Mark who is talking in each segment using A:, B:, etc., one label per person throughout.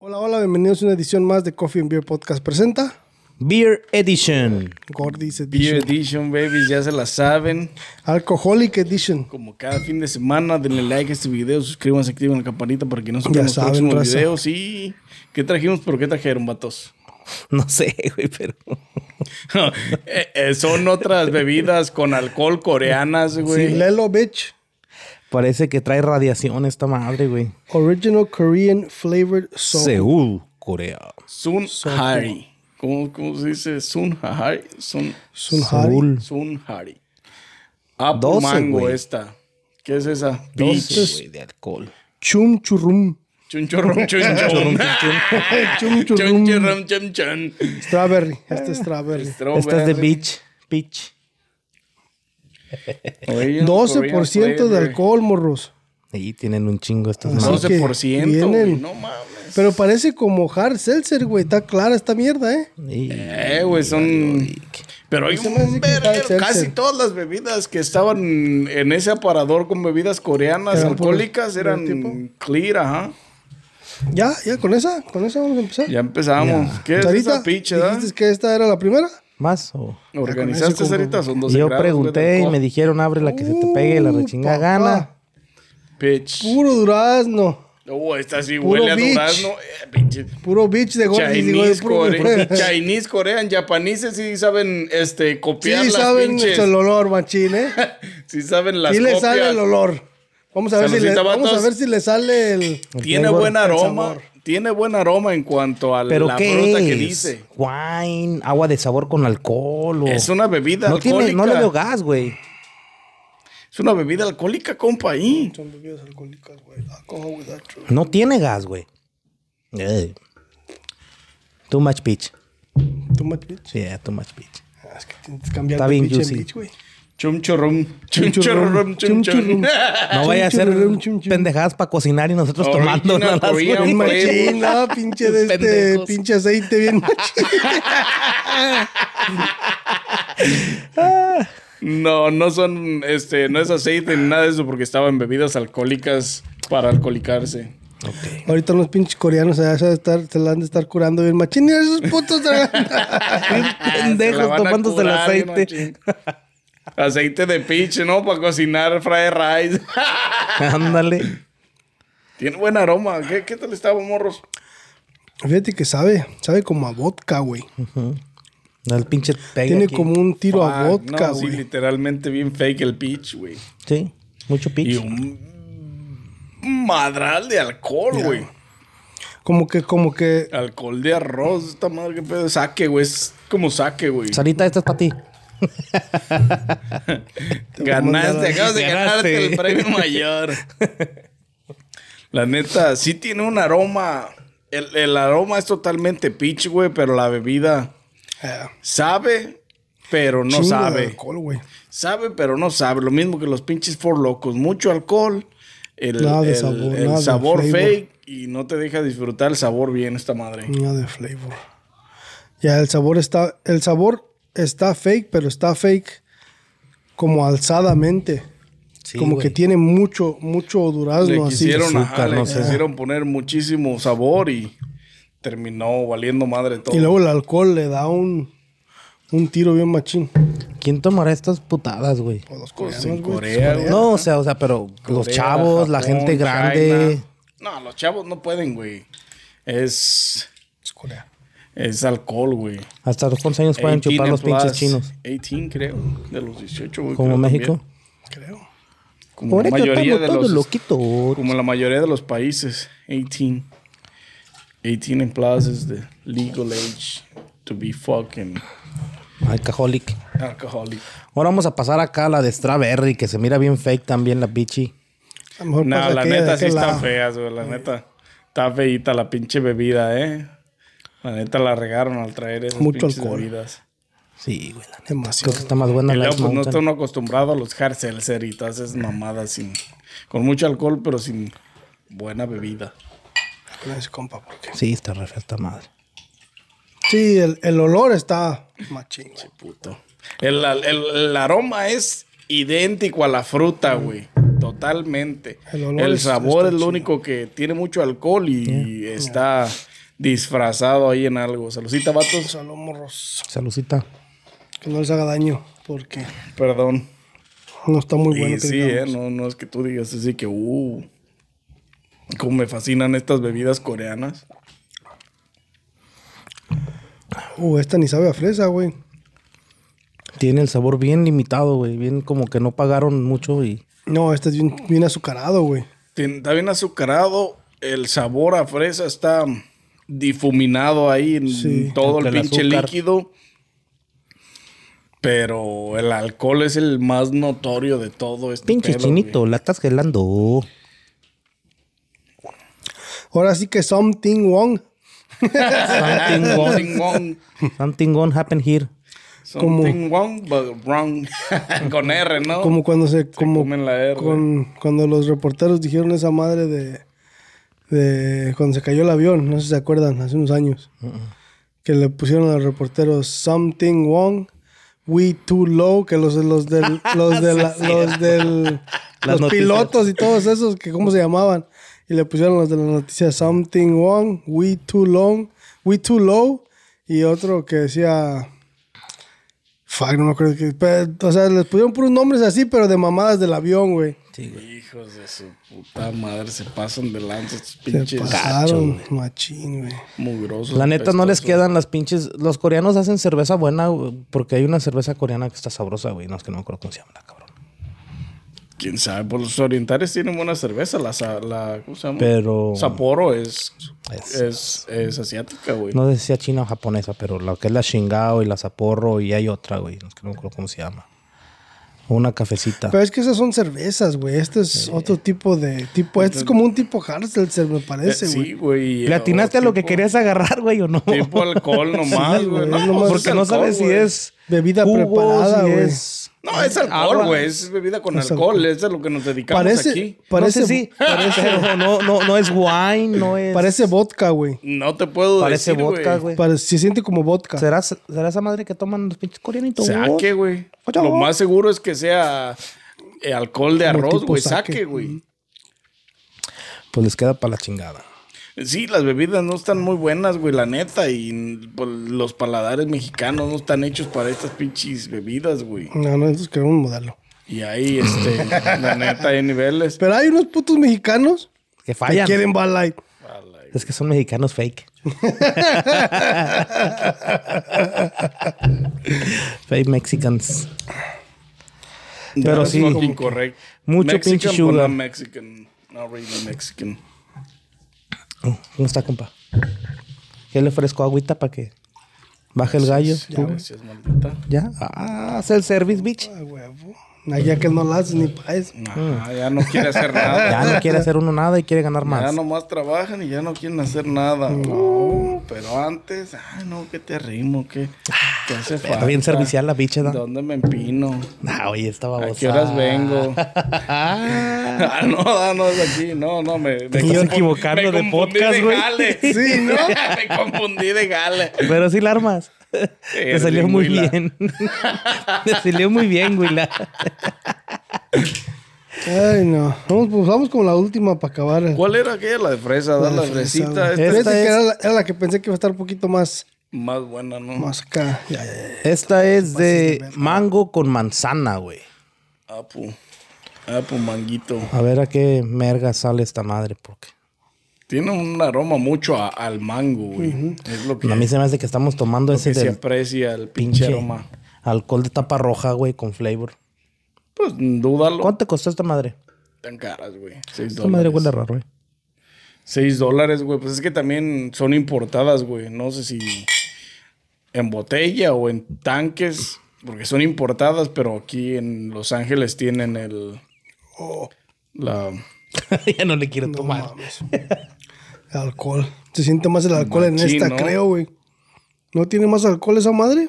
A: Hola, hola, bienvenidos a una edición más de Coffee and Beer Podcast presenta
B: Beer Edition.
A: Gordis
C: Beer
A: Edition,
C: Edition, babies, ya se la saben.
A: Alcoholic Edition.
C: Como cada fin de semana, denle like a este video, suscríbanse, activen la campanita para que no se pierdan los
A: saben,
C: próximos
A: raza.
C: videos. Y ¿qué trajimos? ¿Pero qué trajeron, vatos?
B: No sé, güey, pero...
C: Son otras bebidas con alcohol coreanas, güey.
A: Sí, Lelo Bitch,
B: Parece que trae radiación esta madre, güey.
A: Original Korean Flavored Soul.
B: Seúl, Corea.
C: Sunhari. ¿Cómo se dice? Sunhari.
A: Sunhari.
C: Sunhari. Apple
B: 12,
C: mango
B: güey.
C: esta. ¿Qué es esa?
B: 12,
C: Peach.
B: güey, de alcohol.
A: Chum Churrum.
C: Chunchorrum, chunchorrum.
A: Chum Churrum.
C: Chunchorrum, chunchon.
A: Strawberry. Este es Strawberry.
B: Esta es de Peach.
C: Oye,
A: 12% de alcohol, morros.
B: Y tienen un chingo estas
A: Así
B: madres.
A: que
C: 12%,
A: vienen.
C: güey, no mames.
A: Pero parece como hard seltzer, güey. Está clara esta mierda, ¿eh?
C: Güey, son... Pero hay
A: Se me hace
C: un
A: que está
C: verguero.
A: seltzer.
C: Casi todas las bebidas que estaban en ese aparador con bebidas coreanas
A: Eran
C: alcohólicas
A: puros
C: eran
A: del tipo.
C: clear, ajá.
A: Ya, con esa vamos a empezar.
C: Ya empezamos.
B: Ya.
C: ¿Qué es
A: Sarita,
C: esa picha, da?
A: ¿dijiste que esta era la primera?
B: ¿Más o...?
C: ¿Organizaste,
A: con eso
C: Sarita? Son 12
B: Yo
C: grados,
B: pregunté
C: güey, de
B: y me
C: alcohol.
B: dijeron, abre la que se te pegue la rechinga
A: papá.
B: gana.
C: Pitch.
A: Puro durazno.
C: Esta sí
A: Puro
C: huele a
A: beach.
C: durazno. Pinche.
A: Puro bitch de Gordis. digo, de
C: Chinese,
A: puro-
C: Chinese, Corean, japoneses sí saben copiar
A: Sí
C: las
A: saben
C: pinches.
A: el olor, machín, ¿eh?
C: Sí saben las
A: Sí le
C: copias.
A: sale el olor. Vamos a ver
C: Saludcita, vatos.
A: si le sale el...
C: Tiene
B: flavor,
C: buen
A: el
C: aroma.
A: sabor.
C: Tiene buen aroma en cuanto a
B: ¿Pero
C: la
B: qué
C: fruta
B: es?
C: que dice.
B: Wine, agua de sabor con alcohol o...
C: Es una bebida
B: no
C: alcohólica.
B: no le veo gas, güey.
C: Es una bebida alcohólica, compa, ahí.
A: Son bebidas alcohólicas, güey. Alcohol with that truth.
B: No tiene gas, güey. Too much peach.
A: Too much bitch.
B: Yeah, too much peach.
A: Ah, es que tienes que cambiar
B: Está
A: de
B: bien
A: bitch en
B: juicy.
A: bitch, güey.
C: Chum churrum.
A: Chum churrum, chum churrum.
B: No vaya a ser
A: churrum, chum chum.
B: pendejadas para cocinar y nosotros
C: Original
B: tomando
C: Korean
A: Bien
C: flavor.
A: machín, ¿no? Pinche de
B: Pendejos.
A: pinche aceite bien machín.
C: No son, no es aceite ni nada de eso porque estaban bebidas alcohólicas para alcoholicarse.
A: Ahorita los pinches coreanos allá se la han de estar curando bien machín. Mira esos putos.
B: pendejos
C: Se la van a
B: tomándose el
C: curar, bien
B: aceite.
C: machín. Aceite de peach, ¿no? Para cocinar fried rice.
B: Ándale.
C: Tiene buen aroma. ¿Qué tal estaba, morros?
A: Fíjate que sabe como a vodka, güey.
B: El pinche pegue
A: Tiene
B: aquí.
A: como un tiro a
C: Fuck,
A: vodka,
C: no, sí,
A: güey.
C: literalmente bien fake el peach, güey.
B: Sí, mucho
C: Y
B: peach.
C: un madral de alcohol,
A: Ya.
C: güey.
A: Como que
C: Alcohol de arroz, esta madre, qué pedo. Saque, güey. Es como saque, güey.
B: Sarita, esta es para ti.
C: Ganaste, acabas de
B: Ganaste.
C: ganarte el premio mayor. La neta, sí tiene un aroma. El aroma es totalmente peach, güey, pero la bebida sabe, pero no
A: chingo de
C: sabe.
A: alcohol, güey.
C: Sabe, pero no sabe. Lo mismo que los pinches Four Locos. Mucho alcohol.
A: Nada de sabor,
C: el
A: nada de
C: sabor
A: flavor.
C: fake y no te deja disfrutar el sabor bien esta madre.
A: Nada de flavor. Ya, el sabor está fake, pero está fake como alzadamente.
B: Sí,
A: como
B: güey.
A: que tiene mucho durazno
C: Le
A: así.
C: quisieron,
B: azúcar,
C: le
B: no sé.
C: quisieron poner muchísimo sabor y terminó valiendo madre todo.
A: Y luego el alcohol le da un tiro bien machín.
B: ¿Quién tomará estas putadas, güey?
A: A los
C: Pues
A: coreanos,
C: en
A: güey,
C: Corea,
A: los
C: güey.
B: No, o sea, pero los
C: Corea,
B: chavos, la
C: Japón,
B: gente grande.
C: China. No, los chavos no pueden, güey. Es
A: Es Corea.
C: alcohol, güey.
B: ¿Hasta los cuántos años pueden
C: 18
B: chupar los
C: and plus.
B: pinches chinos?
C: 18, creo. De los 18, güey.
B: Como
C: creo
B: México.
C: también.
A: Creo.
C: Como la
B: Ahorita
C: mayoría
B: estamos
C: de
B: todos
C: los...
B: loquitos.
C: Como la mayoría de los países. 18. 18 and plus is the legal age to be fucking
B: Alcoholic.
C: alcoholic.
B: Ahora vamos a pasar acá a la de Strawberry, que se mira bien fake también, la pichi.
A: A lo mejor
C: No,
A: pasa
C: la
A: aquella de
C: neta sí
A: aquel
C: están
A: lado.
C: feas, güey. La neta. Está feíta la pinche bebida, La neta la regaron al traer esas
A: Mucho
C: pinches
A: alcohol.
C: bebidas.
B: Sí, güey, la neta.
A: Demasiado.
B: Creo que está más buena
C: Y
B: la
C: luego,
B: Ice
C: pues no
B: Mountain.
C: está uno acostumbrado a los hard seltzer y todas esas mamadas con mucho alcohol, pero sin buena bebida.
A: Con ese compa, porque...
B: Sí, está re fea esta madre.
A: Sí, el olor está machín. güey.
C: Puto. El aroma es idéntico a la fruta, güey. Totalmente.
A: El olor
C: El
A: es-
C: sabor
A: está
C: es lo
A: chido.
C: único que tiene mucho alcohol y está disfrazado ahí en algo. Saludcita, vatos.
A: Salud, morros.
B: Salucita.
A: Que no les haga daño, porque
C: Perdón.
A: no está muy bueno.
C: Y
A: que
C: sí,
A: digamos.
C: no es que tú digas así que, como me fascinan estas bebidas coreanas.
A: Esta ni sabe a fresa, güey.
B: Tiene el sabor bien limitado, güey. Bien como que no pagaron mucho y...
A: No, este es bien azucarado, güey.
C: Está bien azucarado. El sabor a fresa está difuminado ahí en
A: Sí.
C: todo el
B: Entre el
C: pinche
B: azúcar.
C: líquido. Pero el alcohol es el más notorio de todo este
B: Pinche
C: pedo,
B: chinito,
C: güey.
B: la estás gelando.
A: Ahora sí que something wrong.
B: Something wrong.
C: Something wrong.
B: Something wrong happen here.
C: Something wrong, but wrong. Con R, ¿no?
A: Como cuando
C: comen la R.
A: cuando los reporteros dijeron esa madre de cuando se cayó el avión, no sé si se acuerdan, hace unos años. Que le pusieron a los reporteros something wrong, we too low, que los
B: noticias.
A: pilotos y todos esos, que cómo se llamaban. Y le pusieron los de la noticia something wrong, we too low. Y otro que decía... Fuck, no me acuerdo que... o sea, les pusieron puros nombres así, pero de mamadas del avión, güey.
B: Sí, güey.
C: Hijos de su puta madre, se pasan de lanza estos
A: Se
C: pinches
A: pasaron, machín, güey.
C: mugrosos.
B: La neta no les
C: apestosos.
B: quedan las pinches... Los coreanos hacen cerveza buena, güey, porque hay una cerveza coreana que está sabrosa, güey. No, es que no me acuerdo cómo se llama la cabrón.
C: Quién sabe, pues los orientales tienen buena cerveza. ¿Cómo se llama?
B: Pero...
C: Sapporo es
B: Es-
C: asiática, güey.
B: No sé si sea china o japonesa, pero lo que es la Shingao y la Sapporo y hay otra, güey. No, es que no me acuerdo cómo se llama. Una cafecita.
A: Pero es que esas son cervezas, güey. Este es otro tipo de... Este es como un tipo Hardseltzer, me parece, güey.
C: Sí, güey.
B: ¿Le atinaste a lo que
C: tipo-
B: querías agarrar, güey, o no?
C: Tipo alcohol nomás,
A: Sí,
C: güey.
A: güey, es nomás-
B: Porque no sabes si
C: güey.
B: es
A: Bebida
B: jugos,
A: preparada,
B: si
A: güey.
B: es...
C: No, es alcohol,
B: agua.
C: güey. Es bebida con
A: Es
C: alcohol.
A: alcohol.
C: Eso es a lo que nos dedicamos
A: Parece,
C: aquí.
A: parece,
B: no sé si, pero no es wine, no es...
A: parece vodka, güey.
C: No te puedo
B: Parece
C: decir,
B: vodka, güey.
A: Se siente como vodka.
B: ¿Será esa madre que toman los pinches coreanitos?
C: Saque, güey.
B: Oye,
C: Lo
B: no.
C: más seguro es que sea alcohol de
A: Como
C: arroz,
A: tipo
C: güey.
A: sake.
C: Saque, güey.
B: Pues les queda para la chingada.
C: Sí, las bebidas no están muy buenas, güey, la neta. Y pues, los paladares mexicanos no están hechos para estas pinches bebidas, güey.
A: No, nosotros queremos un modelo.
C: Y ahí, la neta, hay niveles.
A: Pero hay unos putos mexicanos
B: Que
A: que
B: fallan.
A: quieren Bud Light.
B: Es que son mexicanos fake. Fake Mexicans. Pero
C: That's
B: sí,
C: not incorrect.
B: mucho
C: Mexican,
B: pinche
C: but
B: sugar.
C: not Mexican. Not really Mexican.
B: ¿Cómo está, compa? ¿Qué le ofrezco? Agüita para que baje el gallo.
C: Gracias, maldita.
B: ¿Ya? Ah, hace el service, bitch.
A: Ah, huevo. Allá que no la haces ni para eso.
C: Nah, ya no quiere hacer nada.
B: Ya no quiere hacer uno nada y quiere ganar
C: Ya
B: más.
C: nomás trabajan y ya no quieren hacer nada. Pero antes, no, que te arrimo, que hace falta.
B: Está bien servicial la bicha, ¿no?
C: ¿Dónde me empino?
B: Ah, oye, esta
C: ¿A
B: babosa.
C: qué horas vengo? no, es aquí. No, me
B: estás
C: confundí-
B: equivocando
C: me
B: de
C: confundí
B: podcast,
C: de
B: güey.
C: jale.
A: Sí, ¿no?
C: Me confundí de gale.
B: Pero sí la armas. Te
C: eres
B: salió
C: bien
B: muy
C: huila.
B: bien. Te salió muy bien, güey.
A: Ay, no. Vamos con la última para acabar.
C: ¿Cuál era aquella? La de fresa,
A: La
C: da
A: de
C: la
A: fresa,
C: fresita.
A: güey.
C: Esta
A: Fíjate
B: Esta
A: que
B: es-
A: era la que pensé que iba a estar un poquito más
C: más buena, ¿no?
A: Más acá. Ya.
B: Esta es de mango con manzana, güey.
C: Apu, manguito.
B: A ver a qué merga sale esta madre, porque
C: Tiene un aroma mucho al mango, güey. Es lo que,
B: a mí se me hace que estamos tomando ese
C: que se
B: del
C: aprecia el pinche
B: pinche
C: aroma.
B: alcohol de tapa roja, güey, con flavor.
C: Pues dúdalo.
B: ¿Cuánto te costó esta madre?
C: Tan caras, güey. $6.
B: Esta madre huele raro, güey.
C: $6, güey. Pues es que también son importadas, güey. No sé si en botella o en tanques, porque son importadas, pero aquí en Los Ángeles tienen la...
B: Ya no le quiero
A: No
B: tomar.
A: mames. Alcohol. Se siente más el alcohol en
C: Machín,
A: esta,
C: ¿no?
A: creo, güey. ¿No tiene más alcohol esa madre?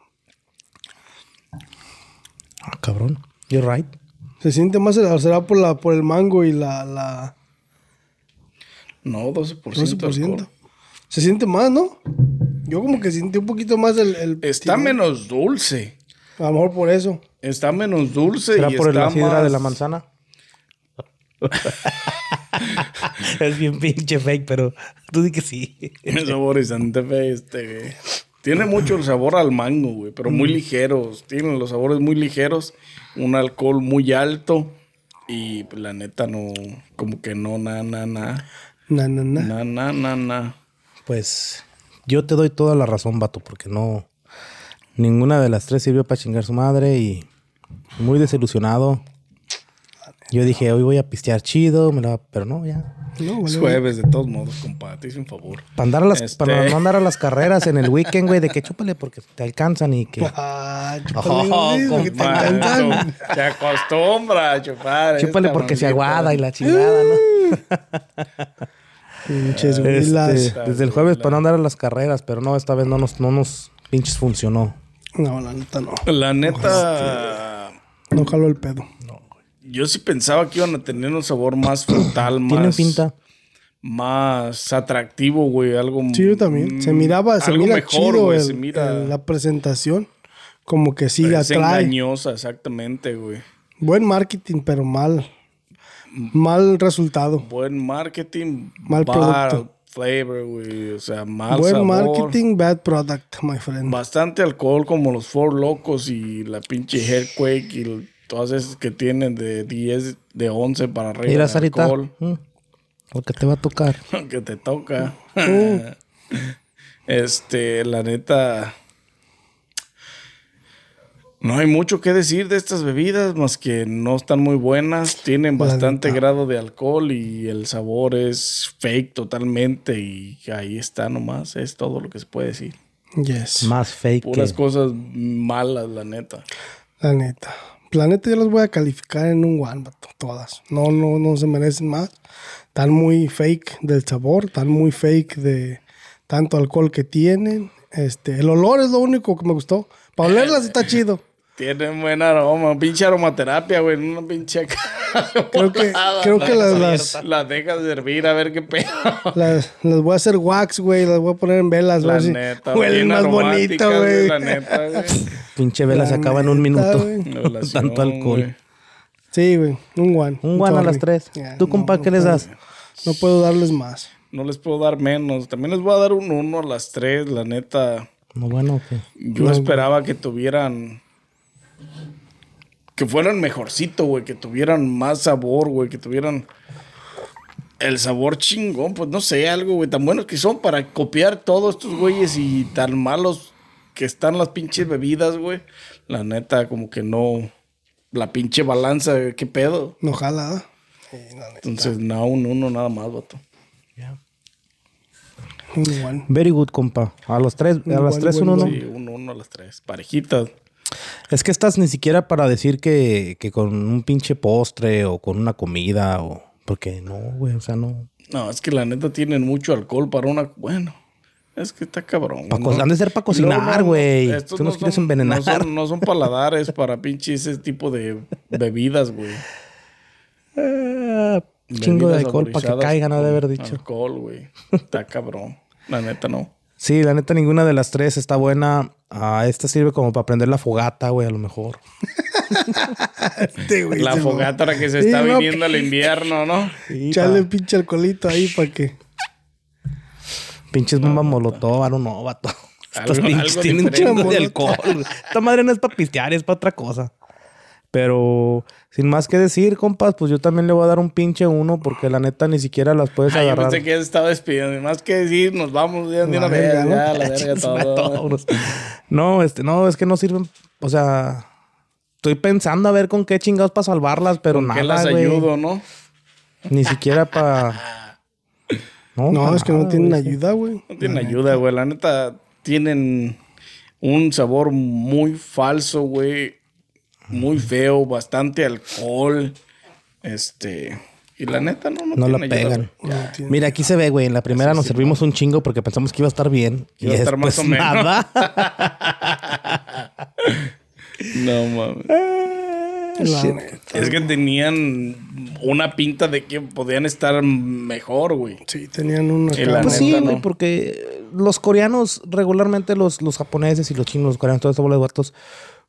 B: Ah, cabrón. You're right.
A: Se siente más será por el mango y la
C: No, 12%.
A: 12%.
C: alcohol.
A: Se siente más, ¿no? Yo como que sentí un poquito más el
C: Está
A: tirón.
C: menos dulce.
A: A lo mejor por eso.
C: Está menos dulce
B: ¿Será
C: y
B: por
C: está
B: la sidra
C: más...
B: de la manzana? Es bien pinche fake, pero tú di que sí.
C: El saborizante, güey. Tiene mucho el sabor al mango, güey, pero muy ligeros. Tienen los sabores muy ligeros, un alcohol muy alto y pues, la neta no, como que no, na.
B: Pues yo te doy toda la razón, vato, porque no... Ninguna de las tres sirvió para chingar su madre y muy desilusionado. Yo dije, hoy voy a pistear chido, pero no, ya.
A: No,
C: Es jueves, de todos modos, compadre, te hice un favor.
B: Para no andar a las carreras en el weekend, güey, de que chúpale porque te alcanzan y que...
A: Chúpale, porque te encantan.
C: Se acostumbra a chupar.
B: Chúpale porque se aguada y la chingada, ¿no?
A: Pinches huilas.
B: Desde el jueves para no andar a las carreras, pero no, esta vez no nos pinches funcionó.
A: No, la neta no.
C: La neta...
A: No jaló el pedo.
C: Yo sí pensaba que iban a tener un sabor más frutal,
B: Tienen
C: más...
B: pinta.
C: Más atractivo, güey. Algo...
A: Sí, yo también. Se mira
C: mejor,
A: chido
C: güey. Se mira...
A: la presentación. Como que sí
C: es
A: atrae.
C: engañosa, exactamente, güey.
A: Buen marketing, pero mal resultado.
C: Buen marketing,
A: Mal
C: bad
A: producto.
C: flavor, güey. O sea, mal
A: Buen
C: sabor.
A: marketing, bad product, my friend.
C: Bastante alcohol como los Four Locos y la pinche Headquake y todas esas que tienen de 10, de 11 para arriba.
B: Mira,
C: de
B: Sarita.
C: alcohol.
B: Lo que te va a tocar.
C: Que te toca. La neta... No hay mucho que decir de estas bebidas, más que no están muy buenas. Tienen bastante grado de alcohol y el sabor es fake totalmente. Y ahí está nomás. Es todo lo que se puede decir.
A: Yes.
B: Más fake.
C: Puras cosas malas, la neta.
A: La neta. La neta yo las voy a calificar en un one, vato. Todas. No se merecen más. Están muy fake del sabor. Están muy fake de tanto alcohol que tienen. El olor es lo único que me gustó. Para olerlas está chido.
C: Tienen buen aroma. Pinche aromaterapia, güey. Una pinche...
A: Creo que
C: las dejas servir a ver qué pedo.
A: las voy a hacer wax, güey. Las voy a poner en velas.
C: La
A: güey.
C: neta.
A: Huelen más bonito, güey.
C: La neta, güey.
B: Pinche vela se acaba en un minuto.
C: Revelación,
B: Tanto alcohol.
C: güey.
A: Sí, güey. Un one.
B: Un one a las 3.
A: Yeah,
B: ¿Tú, compa, qué les das?
A: No puedo darles más.
C: No les puedo dar menos. También les voy a dar un 1 a las 3. La neta.
B: No, bueno, ¿qué?
C: Yo esperaba que tuvieran... Que fueran mejorcito, güey. Que tuvieran más sabor, güey. Que tuvieran el sabor chingón. Pues no sé, algo, güey. Tan buenos que son para copiar todos estos güeyes y tan malos que están las pinches bebidas, güey. La neta, como que no... La pinche balanza, güey. ¿Qué pedo?
A: No jala, sí, la neta.
C: Entonces, no, un 1 nada más, vato.
A: Un one.
B: Very good, compa. A las 3, un 1.
C: Sí, un 1 a las 3. Parejitas.
B: Es que estas ni siquiera para decir que con un pinche postre o con una comida o... Porque no, güey, o sea, no...
C: No, es que la neta tienen mucho alcohol para una... Bueno, es que está cabrón.
B: Han de ser para cocinar, güey. Tú nos quieres envenenar.
C: No son paladares para pinche ese tipo de bebidas, güey.
B: Chingo de
C: Bebidas
B: alcohol para que
C: saborizadas
B: caigan, ha de haber
C: con
B: dicho.
C: Alcohol, güey. Está cabrón. La neta, no.
B: Sí, la neta, ninguna de las 3 está buena. Esta sirve como para prender la fogata, güey, a lo mejor.
A: Güey,
C: La fogata ahora que se está viniendo el invierno, ¿no?
B: Sí,
A: Echarle pinche alcoholito ahí para que...
B: pinches bombas molotov, no, vato. Estos
C: Algo
B: pinches tienen un
C: diferente.
B: chingo de alcohol. Esta madre no es para pistear, es para otra cosa. Pero sin más que decir, compas, pues yo también le voy a dar un pinche 1 porque la neta ni siquiera las puedes
C: Yo
B: agarrar.
C: pensé que ya se estaba despidiendo. Más que decir, nos vamos ya de una vez.
A: verga, ¿no?
C: Ya, la verga, todo.
B: No, no, es que no sirven. O sea, estoy pensando a ver con qué chingados para salvarlas, pero
C: ¿Con
B: nada,
C: qué las
B: güey.
C: ayudo, no?
B: Ni siquiera para...
A: No, es que no tienen ayuda, güey.
C: No tienen ayuda, güey. La neta, tienen un sabor muy falso, güey. Muy feo, bastante alcohol. Y la neta,
B: No la
C: tienen ayuda,
B: pegan.
C: güey.
A: No tienen-
B: Mira, aquí se ve, güey. En la primera nos servimos un chingo porque pensamos que iba a estar bien.
C: Iba a estar más
B: después
C: o menos.
B: nada.
C: No mames.
A: La neta.
C: Es que tenían una pinta de que podían estar mejor, güey.
A: Sí, tenían una
C: Y la
B: Pues
C: neta,
B: sí,
C: no.
B: güey, porque los coreanos, regularmente los japoneses y los chinos, los coreanos, toda esta bola de vatos,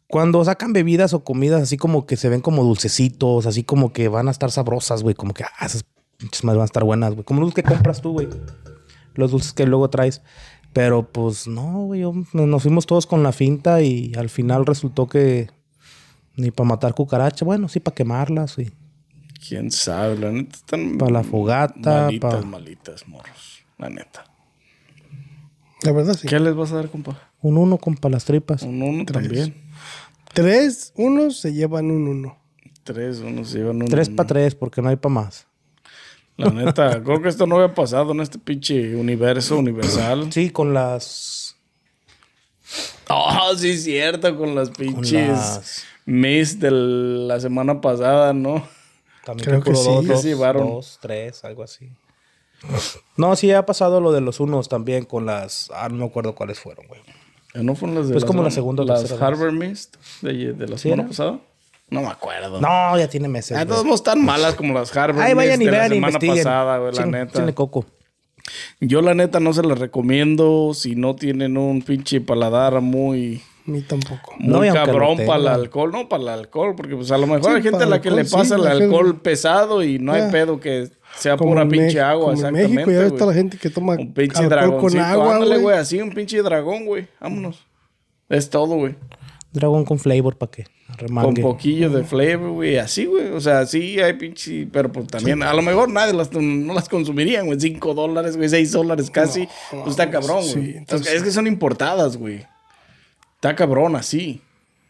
B: Cuando sacan bebidas o comidas así como que se ven como dulcecitos, así como que van a estar sabrosas, güey. Como que, esas pinches más van a estar buenas, güey. Como los que compras tú, güey. Los dulces que luego traes. Pero pues no, güey. Nos fuimos todos con la finta y al final resultó que ni para matar cucarachas. Bueno, sí, para quemarlas, güey.
C: Quién sabe, la neta están...
B: Para la fogata.
C: Malitas, morros. La neta.
A: La verdad, sí.
C: ¿Qué les vas a dar, compa?
B: Un 1 con para las tripas.
C: Un 1 también.
A: 3 unos se llevan un 1.
C: 3 unos se llevan un
B: 3 para 3 porque no hay para más.
C: La neta, creo que esto no había pasado en este pinche universo universal.
B: Sí, con las...
C: Oh, sí, es cierto, con las pinches Miss de la semana pasada, ¿no?
B: También
A: Creo que sí.
C: Sí, llevaron.
B: 2, 3, algo así. No, sí ha pasado lo de los unos también con las... no me acuerdo cuáles fueron, güey.
C: ¿No fueron las de
B: Pues como la segunda o
C: las
B: tercera
C: Harbor Mist de la semana pasada? No me acuerdo.
B: No, ya tiene meses.
C: Todos no están malas como las Harbor
B: Ahí vayan
C: Mist
B: y
C: de la
B: vean,
C: semana
B: investiguen.
C: pasada, güey, la neta.
B: Tiene coco.
C: Yo la neta no se las recomiendo si no tienen un pinche paladar muy...
A: A mí tampoco.
B: No, y aunque
C: cabrón
B: lo tengan.
C: para el alcohol. No, para el alcohol. Porque pues a lo mejor
A: Sí,
C: hay gente
A: para
C: a la
A: el
C: que
A: alcohol,
C: le pasa
A: sí,
C: el
A: la
C: alcohol
A: gente-
C: pesado y no hay pedo que sea pura
A: en
C: pinche agua.
A: como en
C: Exactamente,
A: México ya está la
C: güey.
A: gente que toma
C: Un pinche
A: alcohol
C: dragoncito.
A: con agua,
C: Ándale,
A: güey.
C: güey. Así un pinche dragón, güey. Vámonos. Es todo, güey.
B: Dragón con flavor para que
C: Con
B: remangue.
C: poquillo de flavor, güey. Así, güey. O sea, sí hay pinche... Pero pues también... A lo mejor nadie no las consumirían, güey. $5, güey. $6 casi. Pues está cabrón, güey.
A: sí, entonces-
C: Es que son importadas, güey. Está cabrón así.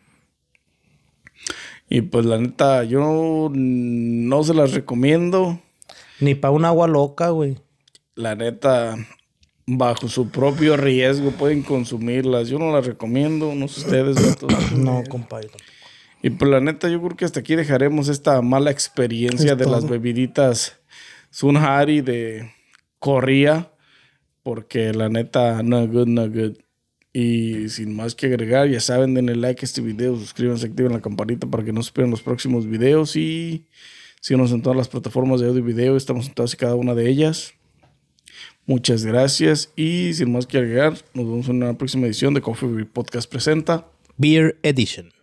C: Y pues la neta, yo no se las recomiendo.
B: Ni para un agua loca, güey.
C: La neta, bajo su propio riesgo pueden consumirlas. Yo no las recomiendo, no sé ustedes, vatos.
B: No, compadre.
C: Y pues la neta, yo creo que hasta aquí dejaremos esta mala experiencia
A: Es
C: de las
A: todo.
C: bebiditas Sunhari de Corría. Porque la neta, no good, no good. Y sin más que agregar, ya saben, denle like a este video, suscríbanse, activen la campanita para que no se pierdan los próximos videos y síganos en todas las plataformas de audio y video, estamos en todas y cada una de ellas. Muchas gracias y sin más que agregar, nos vemos en una próxima edición de Coffee Break Podcast presenta
B: Beer Edition.